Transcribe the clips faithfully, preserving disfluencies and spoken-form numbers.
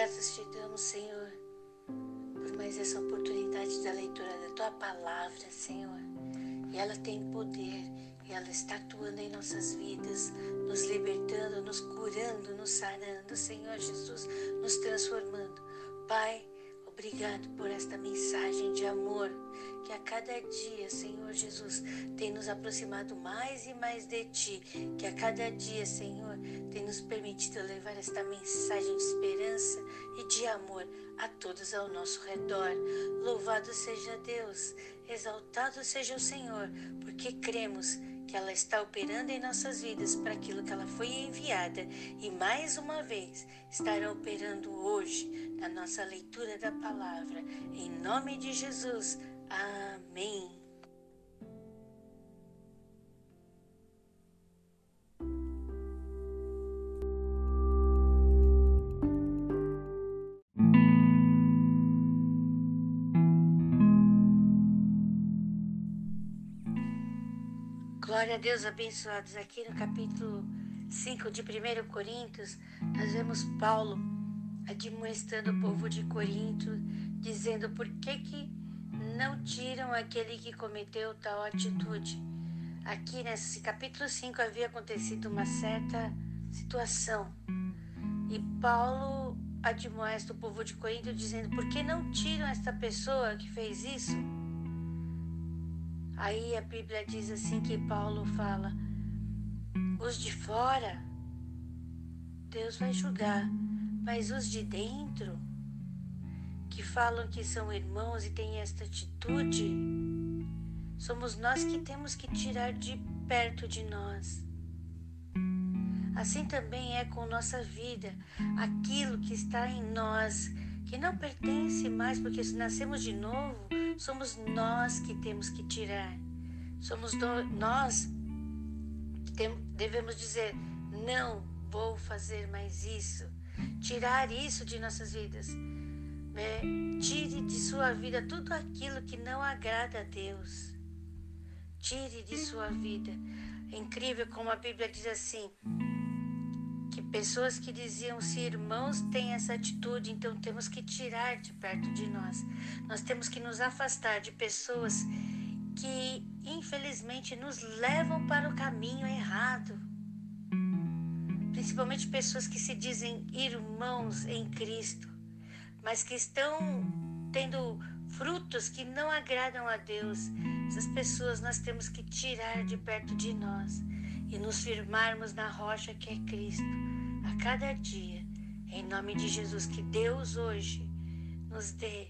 Graças te damos, Senhor, por mais essa oportunidade da leitura da Tua Palavra, Senhor. E ela tem poder, e ela está atuando em nossas vidas, nos libertando, nos curando, nos sarando, Senhor Jesus, nos transformando. Pai, obrigado por esta mensagem de amor, que a cada dia, Senhor Jesus, tem nos aproximado mais e mais de Ti, que a cada dia, Senhor, tem nos permitido levar esta mensagem de esperança e de amor a todos ao nosso redor. Louvado seja Deus, exaltado seja o Senhor, porque cremos que ela está operando em nossas vidas para aquilo que ela foi enviada e mais uma vez estará operando hoje na nossa leitura da palavra. Em nome de Jesus, amém. Glória a Deus, abençoados. Aqui no capítulo cinco de primeira Coríntios, nós vemos Paulo admoestando o povo de Corinto, dizendo por que que não tiram aquele que cometeu tal atitude. Aqui nesse capítulo cinco havia acontecido uma certa situação e Paulo admoesta o povo de Corinto dizendo: por que não tiram esta pessoa que fez isso? Aí a Bíblia diz assim que Paulo fala: os de fora Deus vai julgar, mas os de dentro, que falam que são irmãos e têm esta atitude, somos nós que temos que tirar de perto de nós. Assim também é com nossa vida, aquilo que está em nós, que não pertence mais, porque se nascemos de novo, somos nós que temos que tirar. Somos do, nós que tem, devemos dizer: não vou fazer mais isso. Tirar isso de nossas vidas. Né? Tire de sua vida tudo aquilo que não agrada a Deus. Tire de sua vida. É incrível como a Bíblia diz assim, que pessoas que diziam se irmãos têm essa atitude, então temos que tirar de perto de nós. Nós temos que nos afastar de pessoas que infelizmente nos levam para o caminho errado. Principalmente pessoas que se dizem irmãos em Cristo, mas que estão tendo frutos que não agradam a Deus. Essas pessoas nós temos que tirar de perto de nós e nos firmarmos na rocha que é Cristo, a cada dia, em nome de Jesus. Que Deus hoje nos dê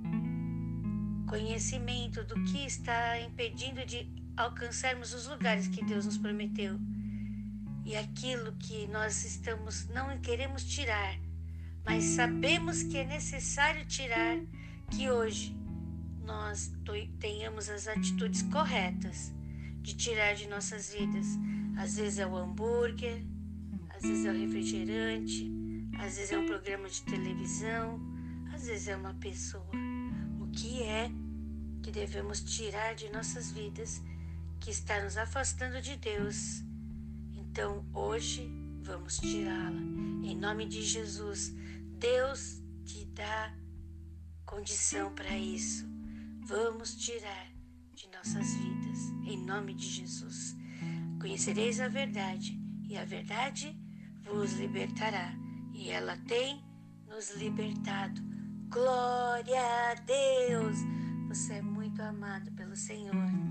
conhecimento do que está impedindo de alcançarmos os lugares que Deus nos prometeu, e aquilo que nós estamos, não queremos tirar, mas sabemos que é necessário tirar, que hoje nós tenhamos as atitudes corretas de tirar de nossas vidas. Às vezes é o hambúrguer, às vezes é o refrigerante, às vezes é um programa de televisão, às vezes é uma pessoa. O que é que devemos tirar de nossas vidas que está nos afastando de Deus? Então hoje vamos tirá-la. Em nome de Jesus, Deus te dá condição para isso. Vamos tirar de nossas vidas, em nome de Jesus. Conhecereis a verdade, e a verdade vos libertará. E ela tem nos libertado. Glória a Deus! Você é muito amado pelo Senhor.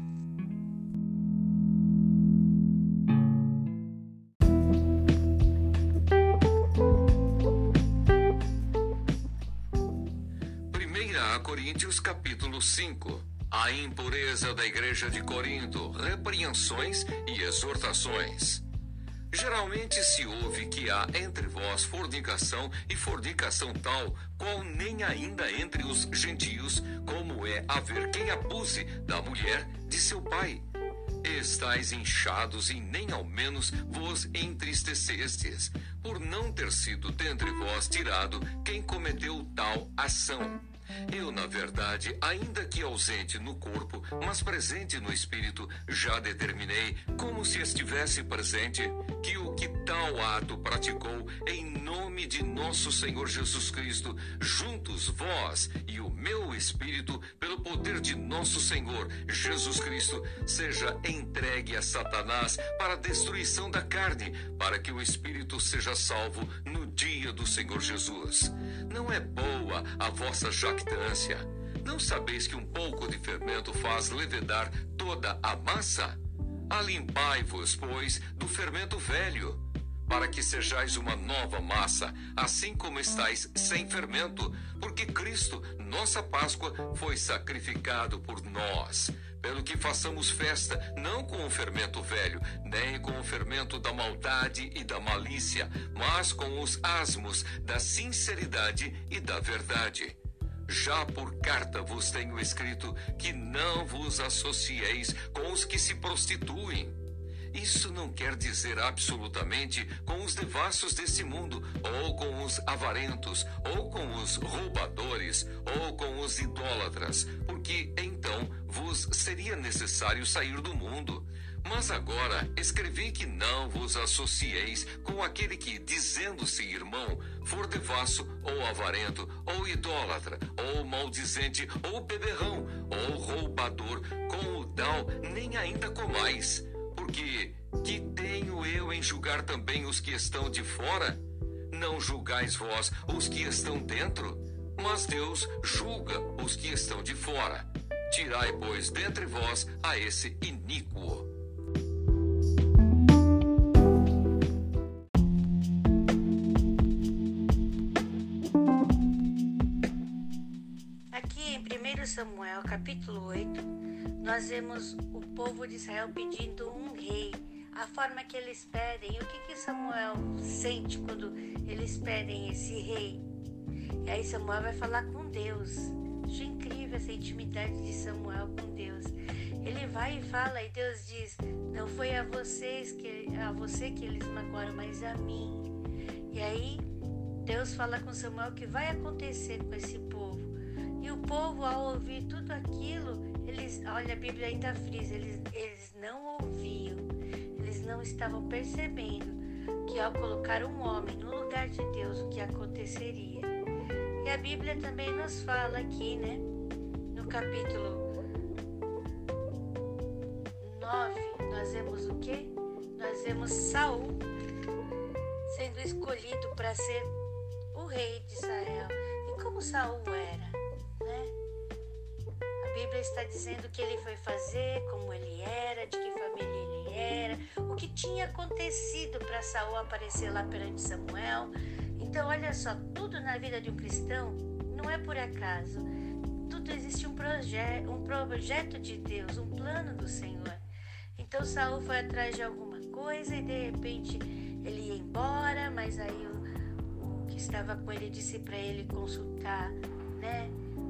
primeira Coríntios capítulo cinco. A impureza da igreja de Corinto, repreensões e exortações. Geralmente se ouve que há entre vós fornicação, e fornicação tal, qual nem ainda entre os gentios, como é haver quem abuse da mulher de seu pai. Estais inchados e nem ao menos vos entristecestes, por não ter sido dentre vós tirado quem cometeu tal ação. Eu, na verdade, ainda que ausente no corpo, mas presente no espírito, já determinei, como se estivesse presente, que o que tal ato praticou em nome de nosso Senhor Jesus Cristo, juntos vós e o meu espírito, pelo poder de nosso Senhor Jesus Cristo, seja entregue a Satanás para a destruição da carne, para que o espírito seja salvo no dia do Senhor Jesus. Não é boa a vossa jactância. Não sabeis que um pouco de fermento faz levedar toda a massa? Alimpai-vos, pois, do fermento velho, para que sejais uma nova massa, assim como estáis sem fermento, porque Cristo, nossa Páscoa, foi sacrificado por nós. Pelo que façamos festa, não com o fermento velho, nem com o fermento da maldade e da malícia, mas com os asmos da sinceridade e da verdade. Já por carta vos tenho escrito que não vos associeis com os que se prostituem. Isso não quer dizer absolutamente com os devassos desse mundo, ou com os avarentos, ou com os roubadores, ou com os idólatras, porque então vos seria necessário sair do mundo. Mas agora escrevi que não vos associeis com aquele que, dizendo-se irmão, for devasso, ou avarento, ou idólatra, ou maldizente, ou beberrão, ou roubador, com o tal nem ainda comais. Porque que tenho eu em julgar também os que estão de fora? Não julgais vós os que estão dentro, mas Deus julga os que estão de fora. Tirai, pois, dentre vós a esse iníquo. Aqui em primeiro Samuel, capítulo oito, nós vemos o povo de Israel pedindo um rei, a forma que eles pedem. E o que, que Samuel sente quando eles pedem esse rei? E aí Samuel vai falar com Deus. Acho incrível essa intimidade de Samuel com Deus. Ele vai e fala, e Deus diz: não foi a vocês que a você que eles magoaram, mas a mim. E aí Deus fala com Samuel que vai acontecer com esse povo. E o povo, ao ouvir tudo aquilo, eles, olha, a Bíblia ainda frisa, eles, eles não ouviam, eles não estavam percebendo que ao colocar um homem no lugar de Deus, o que aconteceria. E a Bíblia também nos fala aqui, né, no capítulo nove, nós vemos o quê? Nós vemos Saul sendo escolhido para ser o rei de Israel. E como Saul era, né? A Bíblia está dizendo que ele foi fazer, como ele era, de que família ele era, o que tinha acontecido para Saul aparecer lá perante Samuel. Então, olha só, tudo na vida de um cristão não é por acaso. Tudo existe um, proje- um projeto de Deus, um plano do Senhor. Então, Saul foi atrás de alguma coisa e de repente ele ia embora, mas aí o, o que estava com ele disse para ele consultar, né,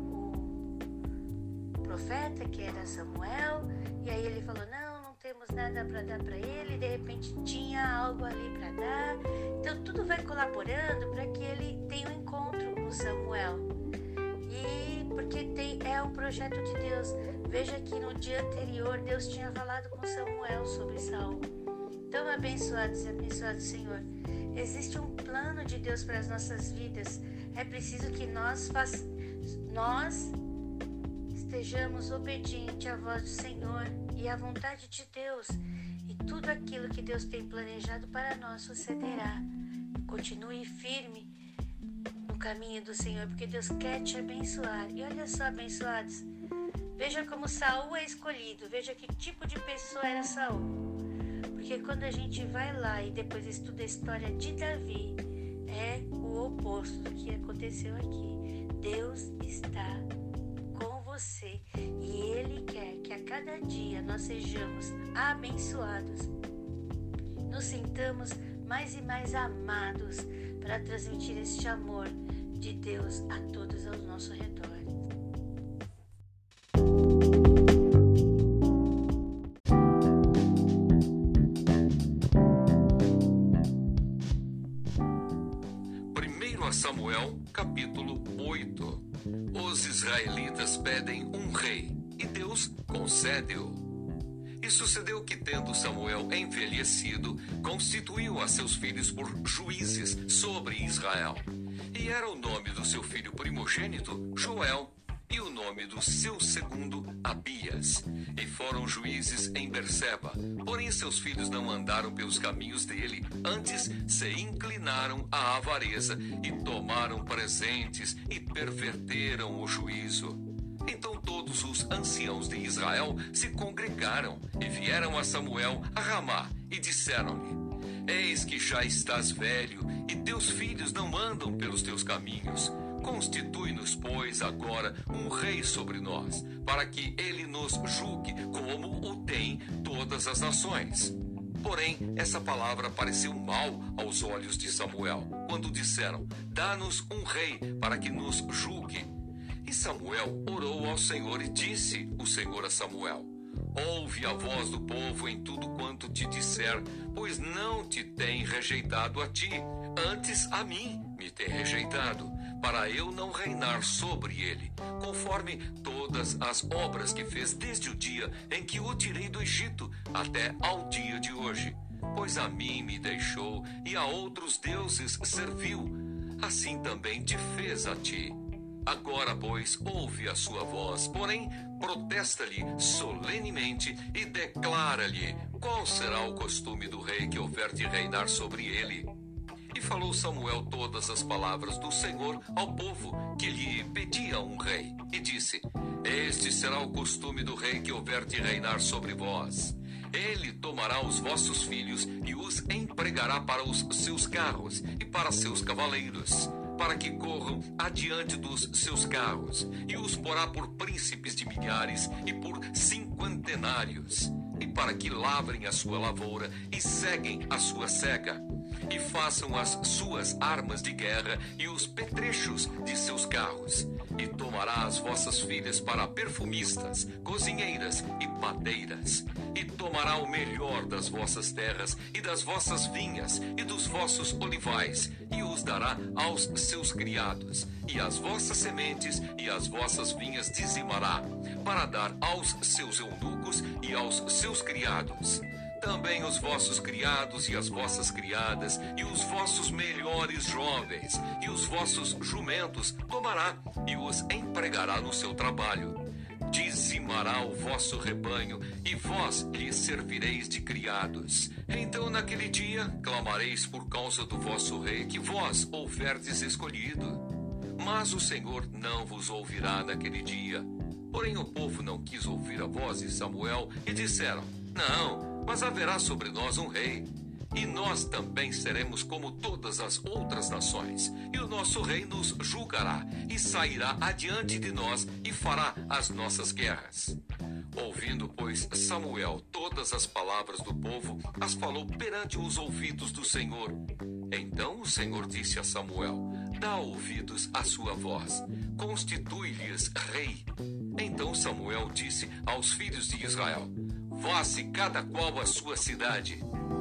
o profeta, que era Samuel, e aí ele falou: não, não temos nada para dar para ele. De repente tinha algo ali para dar. Então tudo vai colaborando para que ele tenha um encontro com Samuel. E porque tem, é um projeto de Deus. Veja que no dia anterior Deus tinha falado com Samuel sobre Saul. Então, abençoados e abençoados, Senhor, existe um plano de Deus para as nossas vidas. É preciso que nós, faz, nós estejamos obedientes à voz do Senhor e à vontade de Deus. E tudo aquilo que Deus tem planejado para nós sucederá. Continue firme no caminho do Senhor, porque Deus quer te abençoar. E olha só, abençoados, veja como Saul é escolhido. Veja que tipo de pessoa era Saul. Porque quando a gente vai lá e depois estuda a história de Davi, é o oposto do que aconteceu aqui. Deus está com você e Ele quer que a cada dia nós sejamos abençoados, nos sintamos mais e mais amados para transmitir este amor de Deus a todos ao nosso redor. Samuel, capítulo oito. Os israelitas pedem um rei e Deus concede-o. E sucedeu que, tendo Samuel envelhecido, constituiu a seus filhos por juízes sobre Israel. E era o nome do seu filho primogênito Joel, e o nome do seu segundo Abias. E foram juízes em Berseba. Porém seus filhos não andaram pelos caminhos dele, antes se inclinaram à avareza, e tomaram presentes, e perverteram o juízo. Então todos os anciãos de Israel se congregaram e vieram a Samuel a Ramá e disseram-lhe: Eis que já estás velho e teus filhos não andam pelos teus caminhos. Constitui-nos, pois, agora um rei sobre nós, para que ele nos julgue como o tem todas as nações. Porém, essa palavra pareceu mal aos olhos de Samuel, quando disseram: Dá-nos um rei para que nos julgue. E Samuel orou ao Senhor e disse o Senhor a Samuel: Ouve a voz do povo em tudo quanto te disser, pois não te tem rejeitado a ti, antes a mim me tem rejeitado, para eu não reinar sobre ele, conforme todas as obras que fez desde o dia em que o tirei do Egito até ao dia de hoje. Pois a mim me deixou e a outros deuses serviu, assim também te fez a ti. Agora, pois, ouve a sua voz, porém, protesta-lhe solenemente e declara-lhe qual será o costume do rei que houver de reinar sobre ele. E falou Samuel todas as palavras do Senhor ao povo, que lhe pedia um rei, e disse: Este será o costume do rei que houver de reinar sobre vós. Ele tomará os vossos filhos e os empregará para os seus carros e para seus cavaleiros, para que corram adiante dos seus carros, e os porá por príncipes de milhares e por cinquentenários, e para que lavrem a sua lavoura e ceguem a sua cega, e façam as suas armas de guerra e os petrechos de seus carros. E tomará as vossas filhas para perfumistas, cozinheiras e padeiras. E tomará o melhor das vossas terras e das vossas vinhas e dos vossos olivais, e os dará aos seus criados. E as vossas sementes e as vossas vinhas dizimará, para dar aos seus eunucos e aos seus criados. Também os vossos criados e as vossas criadas, e os vossos melhores jovens, e os vossos jumentos tomará, e os empregará no seu trabalho. Dizimará o vosso rebanho, e vós lhe servireis de criados. Então naquele dia clamareis por causa do vosso rei, que vós houverdes escolhido. Mas o Senhor não vos ouvirá naquele dia. Porém o povo não quis ouvir a voz de Samuel, e disseram: Não, mas haverá sobre nós um rei, e nós também seremos como todas as outras nações, e o nosso rei nos julgará, e sairá adiante de nós, e fará as nossas guerras. Ouvindo, pois, Samuel todas as palavras do povo, as falou perante os ouvidos do Senhor. Então o Senhor disse a Samuel: Dá ouvidos à sua voz, constitui-lhes rei. Então Samuel disse aos filhos de Israel: Vós e cada qual a sua cidade.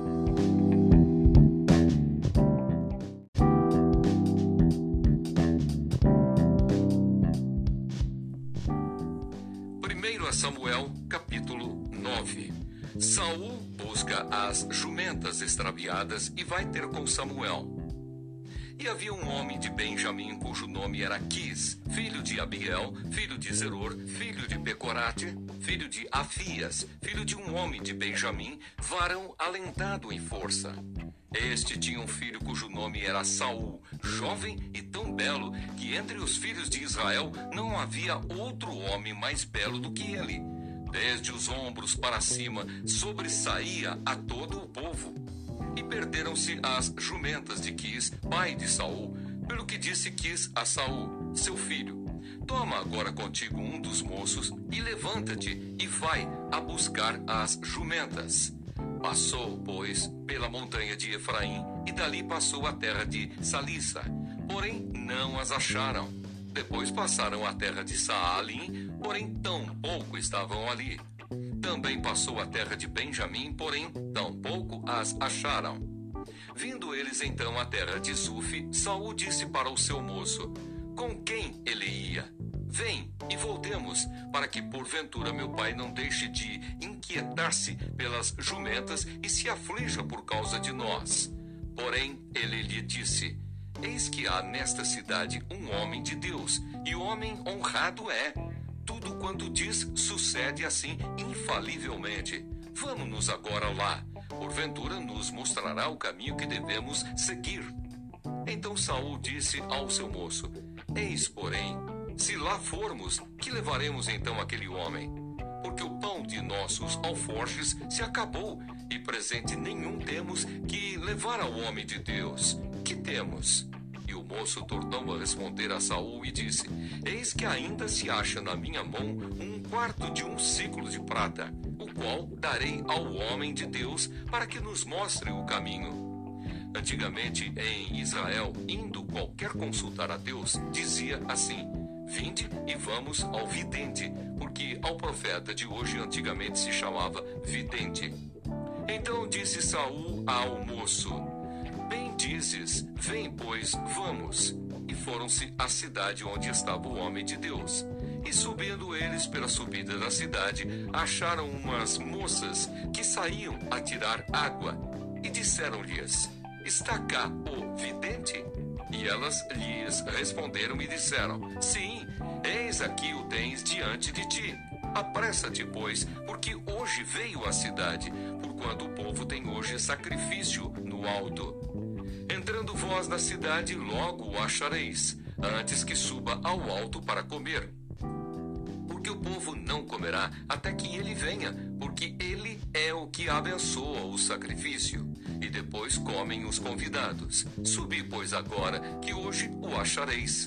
Primeiro a Samuel, capítulo nove. Saul busca as jumentas extraviadas e vai ter com Samuel. E havia um homem de Benjamim, cujo nome era Quis, filho de Abiel, filho de Zeror, filho de Becorate, filho de Afias, filho de um homem de Benjamim, varão alentado em força. Este tinha um filho cujo nome era Saul, jovem e tão belo, que entre os filhos de Israel não havia outro homem mais belo do que ele. Desde os ombros para cima, sobressaía a todo o povo. E perderam-se as jumentas de Quis, pai de Saul, pelo que disse Quis a Saul, seu filho: Toma agora contigo um dos moços e levanta-te e vai a buscar as jumentas. Passou, pois, pela montanha de Efraim e dali passou a terra de Salissa, porém não as acharam. Depois passaram a terra de Saalim, porém tão pouco estavam ali. Também passou a terra de Benjamim, porém tampouco as acharam. Vindo eles então à terra de Zuf, Saul disse para o seu moço: Com quem ele ia? vem e voltemos, para que porventura meu pai não deixe de inquietar-se pelas jumentas e se aflija por causa de nós. Porém, ele lhe disse: eis que há nesta cidade um homem de Deus, e homem honrado é. Tudo quanto diz sucede assim infalivelmente. Vamos-nos agora lá. Porventura nos mostrará o caminho que devemos seguir. Então Saul disse ao seu moço: eis, porém, se lá formos, que levaremos então aquele homem? Porque o pão de nossos alforjes se acabou, e presente nenhum temos que levar ao homem de Deus. Que temos? E o moço tornou a responder a Saul e disse: eis que ainda se acha na minha mão um quarto de um ciclo de prata, o qual darei ao homem de Deus para que nos mostre o caminho. Antigamente, em Israel, indo qualquer consultar a Deus, dizia assim: vinde e vamos ao vidente, porque ao profeta de hoje antigamente se chamava vidente. Então disse Saul ao moço: bem dizes, vem, pois, vamos. E foram-se à cidade onde estava o homem de Deus. E subindo eles pela subida da cidade, acharam umas moças que saíam a tirar água. E disseram-lhes: está cá o vidente? E elas lhes responderam e disseram: sim, eis aqui o tens diante de ti. Apressa-te, pois, porque hoje veio à cidade, porquanto o povo tem hoje sacrifício no alto. Entrando vós na cidade, logo o achareis, antes que suba ao alto para comer. Porque o povo não comerá até que ele venha, porque ele é o que abençoa o sacrifício. E depois comem os convidados. Subi, pois, agora, que hoje o achareis.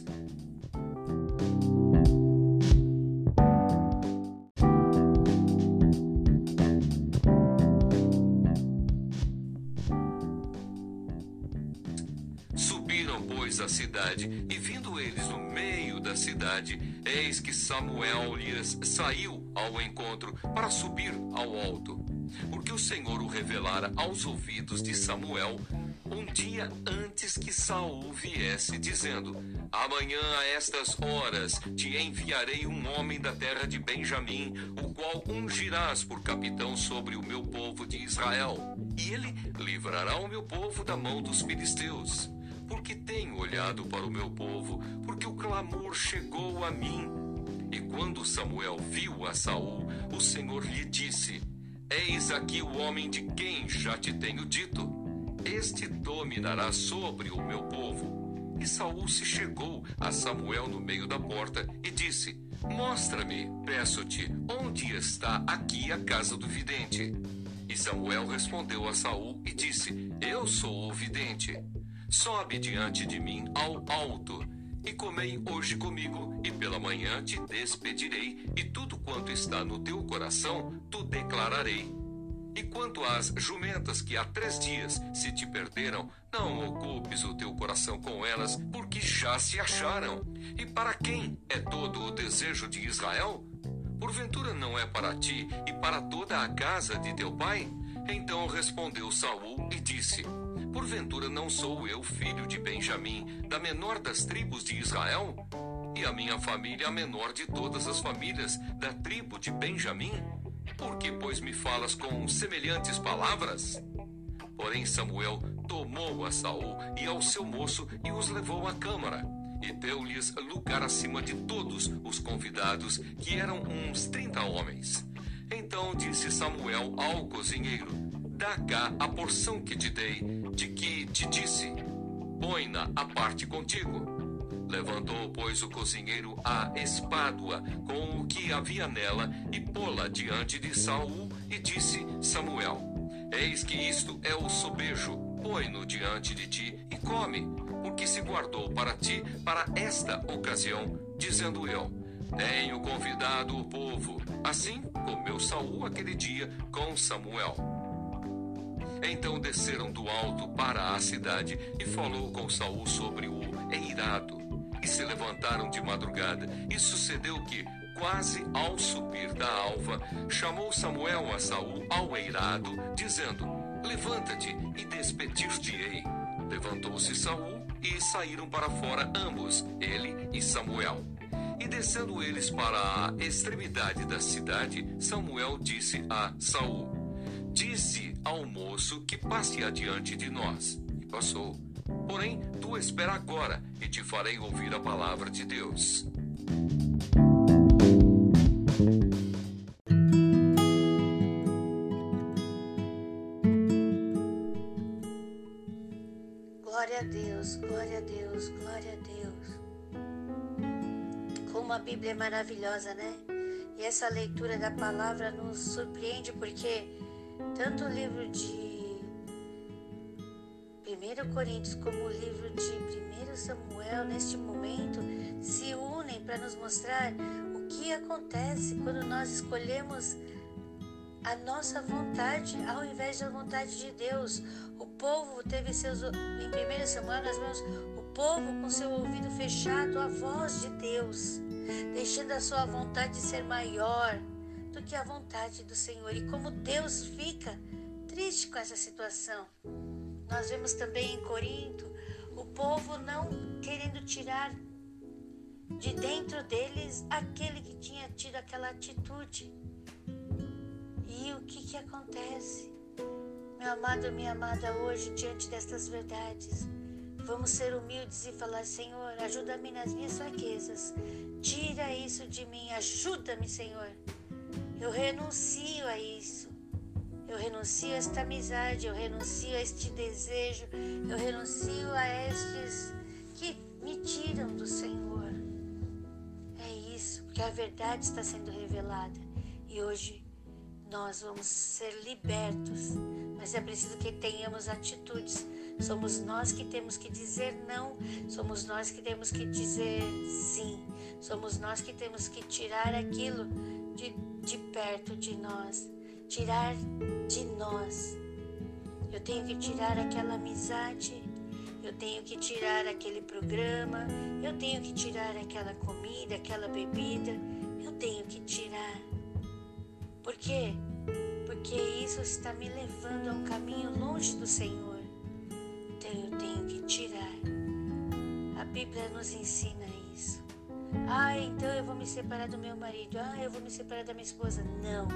Subiram, pois, à cidade, e vindo eles no meio da cidade, eis que Samuel lhes saiu ao encontro para subir ao alto. Porque o Senhor o revelara aos ouvidos de Samuel um dia antes que Saul viesse, dizendo: amanhã a estas horas te enviarei um homem da terra de Benjamim, o qual ungirás por capitão sobre o meu povo de Israel, e ele livrará o meu povo da mão dos filisteus. Porque tenho olhado para o meu povo, porque o clamor chegou a mim. E quando Samuel viu a Saul, o Senhor lhe disse: eis aqui o homem de quem já te tenho dito. Este dominará sobre o meu povo. E Saul se chegou a Samuel no meio da porta e disse: mostra-me, peço-te, onde está aqui a casa do vidente. E Samuel respondeu a Saul e disse: eu sou o vidente. Sobe diante de mim ao alto, e comei hoje comigo, e pela manhã te despedirei, e tudo quanto está no teu coração tu declararei. E quanto às jumentas que há três dias se te perderam, não ocupes o teu coração com elas, porque já se acharam. E para quem é todo o desejo de Israel? Porventura não é para ti e para toda a casa de teu pai? Então respondeu Saul e disse: porventura não sou eu filho de Benjamim, da menor das tribos de Israel? E a minha família a menor de todas as famílias da tribo de Benjamim? Por que, pois, me falas com semelhantes palavras? Porém Samuel tomou a Saul e ao seu moço e os levou à câmara, e deu-lhes lugar acima de todos os convidados, que eram uns trinta homens. Então disse Samuel ao cozinheiro: dá cá a porção que te dei, de que te disse, põe-na à parte contigo. Levantou, pois, o cozinheiro a espádua com o que havia nela e pô-la diante de Saul, e disse Samuel: eis que isto é o sobejo, põe-no diante de ti e come, porque se guardou para ti para esta ocasião, dizendo eu: tenho convidado o povo. Assim comeu Saul aquele dia com Samuel. Então desceram do alto para a cidade e falou com Saul sobre o eirado. E se levantaram de madrugada. E sucedeu que, quase ao subir da alva, chamou Samuel a Saul ao eirado, dizendo: levanta-te e despedir-te-ei. Levantou-se Saul e saíram para fora ambos, ele e Samuel. E E descendo eles para a extremidade da cidade, Samuel disse a Saul: Disse ao moço que passe adiante de nós. E passou. Porém, tu espera agora, e te farei ouvir a palavra de Deus. Glória a Deus, glória a Deus, glória a Deus. Como a Bíblia é maravilhosa, né? E essa leitura da palavra nos surpreende, porque tanto o livro de primeiro Coríntios como o livro de primeiro Samuel, neste momento, se unem para nos mostrar o que acontece quando nós escolhemos a nossa vontade ao invés da vontade de Deus. O povo teve seus... Em primeiro Samuel nós vemos o povo com seu ouvido fechado à voz de Deus, deixando a sua vontade ser maior do que a vontade do Senhor. E como Deus fica triste com essa situação. Nós vemos também em Corinto o povo não querendo tirar de dentro deles aquele que tinha tido aquela atitude. E o que que acontece? Meu amado, minha amada, hoje, diante destas verdades, vamos ser humildes e falar: Senhor, ajuda-me nas minhas fraquezas. Tira isso de mim, ajuda-me, Senhor. Eu renuncio a isso. Eu renuncio a esta amizade, eu renuncio a este desejo, eu renuncio a estes que me tiram do Senhor. É isso, porque a verdade está sendo revelada. E hoje nós vamos ser libertos, mas é preciso que tenhamos atitudes. Somos nós que temos que dizer não, somos nós que temos que dizer sim, somos nós que temos que tirar aquilo de, de perto de nós, tirar de nós. Eu tenho que tirar aquela amizade, eu tenho que tirar aquele programa, eu tenho que tirar aquela comida, aquela bebida, eu tenho que tirar. Por quê? Porque isso está me levando a um caminho longe do Senhor. Então eu tenho que tirar. A Bíblia nos ensina isso. Ah, então eu vou me separar do meu marido. Ah, eu vou me separar da minha esposa. Não.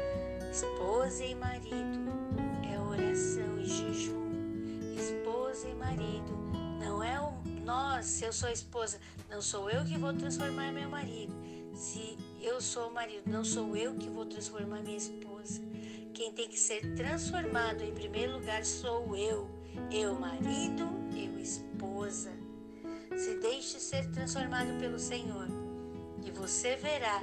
Esposa e marido é oração e jejum. Esposa e marido não é o nós, se eu sou a esposa, não sou eu que vou transformar meu marido. Se eu sou o marido, não sou eu que vou transformar minha esposa. Quem tem que ser transformado em primeiro lugar sou eu. Eu marido, eu esposa. Se deixe ser transformado pelo Senhor e você verá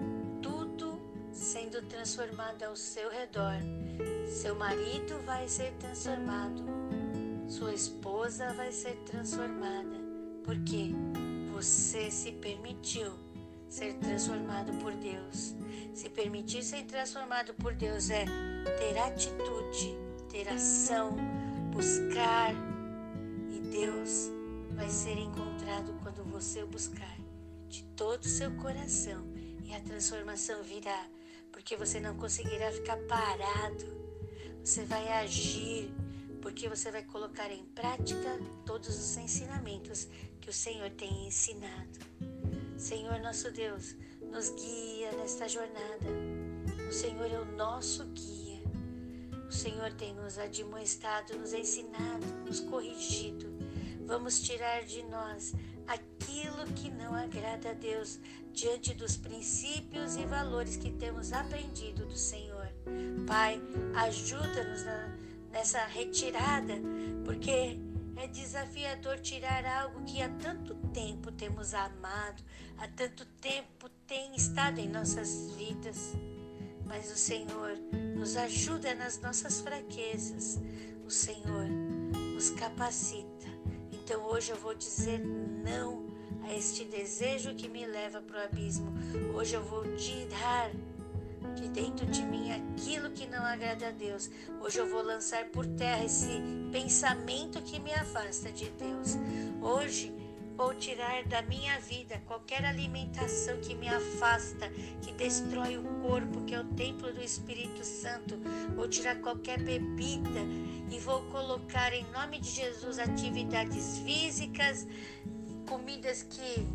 tudo sendo transformado ao seu redor. Seu marido vai ser transformado, sua esposa vai ser transformada, porque você se permitiu ser transformado por Deus. Se permitir ser transformado por Deus é ter atitude, ter ação, buscar, e Deus vai ser encontrado quando você o buscar de todo o seu coração, e a transformação virá, porque você não conseguirá ficar parado, você vai agir, porque você vai colocar em prática todos os ensinamentos que o Senhor tem ensinado. Senhor nosso Deus, nos guia nesta jornada. O Senhor é o nosso guia. O Senhor tem nos admoestado, nos ensinado, nos corrigido. Vamos tirar de nós aquilo que não agrada a Deus diante dos princípios e valores que temos aprendido do Senhor. Pai, ajuda-nos na, nessa retirada, porque é desafiador tirar algo que há tanto tempo temos amado, há tanto tempo tem estado em nossas vidas. Mas o Senhor nos ajuda nas nossas fraquezas. O Senhor nos capacita. Então hoje eu vou dizer não a este desejo que me leva para o abismo. Hoje eu vou tirar de dentro de mim aquilo que não agrada a Deus. Hoje eu vou lançar por terra esse pensamento que me afasta de Deus. Hoje vou tirar da minha vida qualquer alimentação que me afasta, que destrói o corpo, que é o templo do Espírito Santo. Vou tirar qualquer bebida e vou colocar em nome de Jesus atividades físicas, comidas que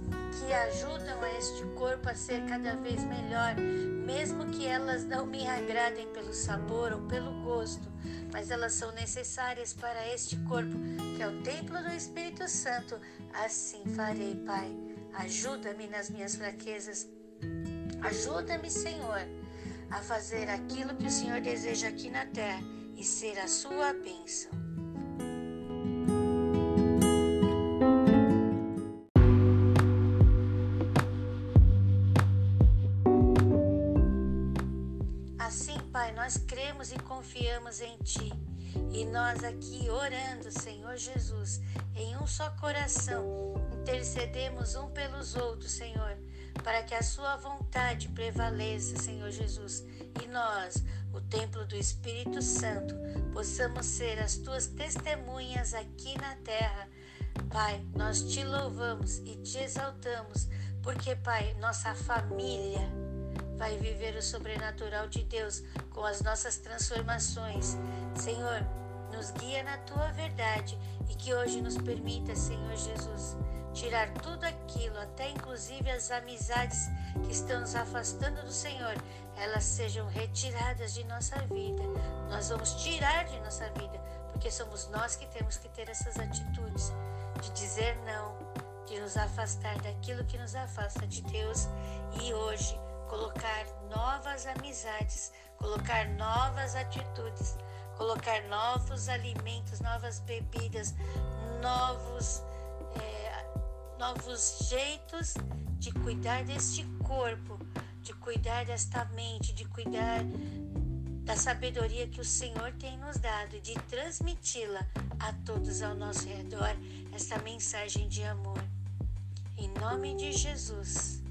que ajudam a este corpo a ser cada vez melhor, mesmo que elas não me agradem pelo sabor ou pelo gosto, mas elas são necessárias para este corpo, que é o templo do Espírito Santo. Assim farei, Pai. Ajuda-me nas minhas fraquezas. Ajuda-me, Senhor, a fazer aquilo que o Senhor deseja aqui na terra e ser a sua bênção. Assim, Pai, nós cremos e confiamos em Ti. E nós aqui orando, Senhor Jesus, em um só coração, intercedemos um pelos outros, Senhor, para que a Sua vontade prevaleça, Senhor Jesus. E nós, o templo do Espírito Santo, possamos ser as Tuas testemunhas aqui na terra. Pai, nós Te louvamos e Te exaltamos, porque, Pai, nossa família vai viver o sobrenatural de Deus com as nossas transformações. Senhor, nos guia na Tua verdade e que hoje nos permita, Senhor Jesus, tirar tudo aquilo, até inclusive as amizades que estão nos afastando do Senhor, elas sejam retiradas de nossa vida. Nós vamos tirar de nossa vida, porque somos nós que temos que ter essas atitudes de dizer não, de nos afastar daquilo que nos afasta de Deus e hoje colocar novas amizades, colocar novas atitudes, colocar novos alimentos, novas bebidas, novos, é, novos jeitos de cuidar deste corpo, de cuidar desta mente, de cuidar da sabedoria que o Senhor tem nos dado e de transmiti-la a todos ao nosso redor, esta mensagem de amor. Em nome de Jesus.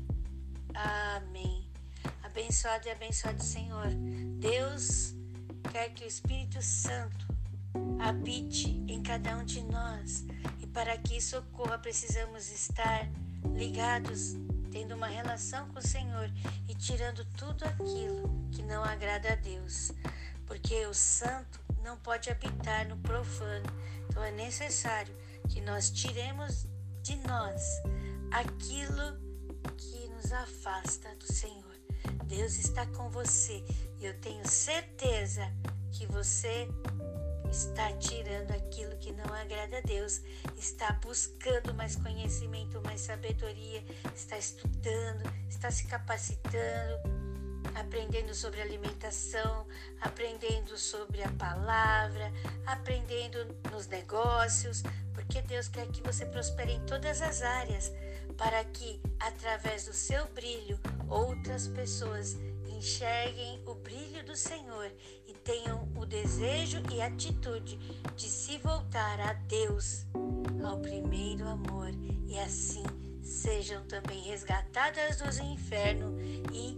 Amém. Abençoado e abençoado Senhor. Deus quer que o Espírito Santo habite em cada um de nós. E para que isso ocorra, precisamos estar ligados, tendo uma relação com o Senhor e tirando tudo aquilo que não agrada a Deus. Porque o santo não pode habitar no profano. Então é necessário que nós tiremos de nós aquilo que nos afasta do Senhor. Deus está com você e eu tenho certeza que você está tirando aquilo que não agrada a Deus, está buscando mais conhecimento, mais sabedoria, está estudando, está se capacitando, aprendendo sobre alimentação, aprendendo sobre a palavra, aprendendo nos negócios, porque Deus quer que você prospere em todas as áreas, para que, através do seu brilho, outras pessoas enxerguem o brilho do Senhor e tenham o desejo e atitude de se voltar a Deus, ao primeiro amor, e assim sejam também resgatadas do inferno e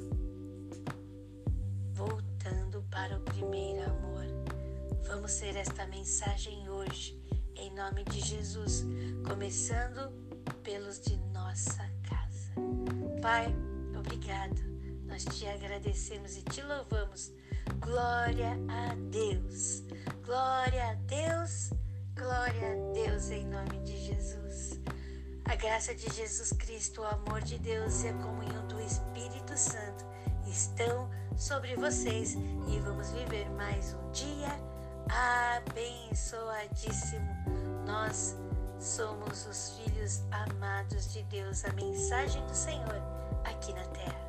voltando para o primeiro amor. Vamos ser esta mensagem hoje, em nome de Jesus, começando pelos de nossa casa. Pai, obrigado. Nós te agradecemos e te louvamos. Glória a Deus. Glória a Deus. Glória a Deus em nome de Jesus. A graça de Jesus Cristo, o amor de Deus e a comunhão do Espírito Santo estão sobre vocês e vamos viver mais um dia abençoadíssimo. Nós somos os filhos amados de Deus, a mensagem do Senhor aqui na terra.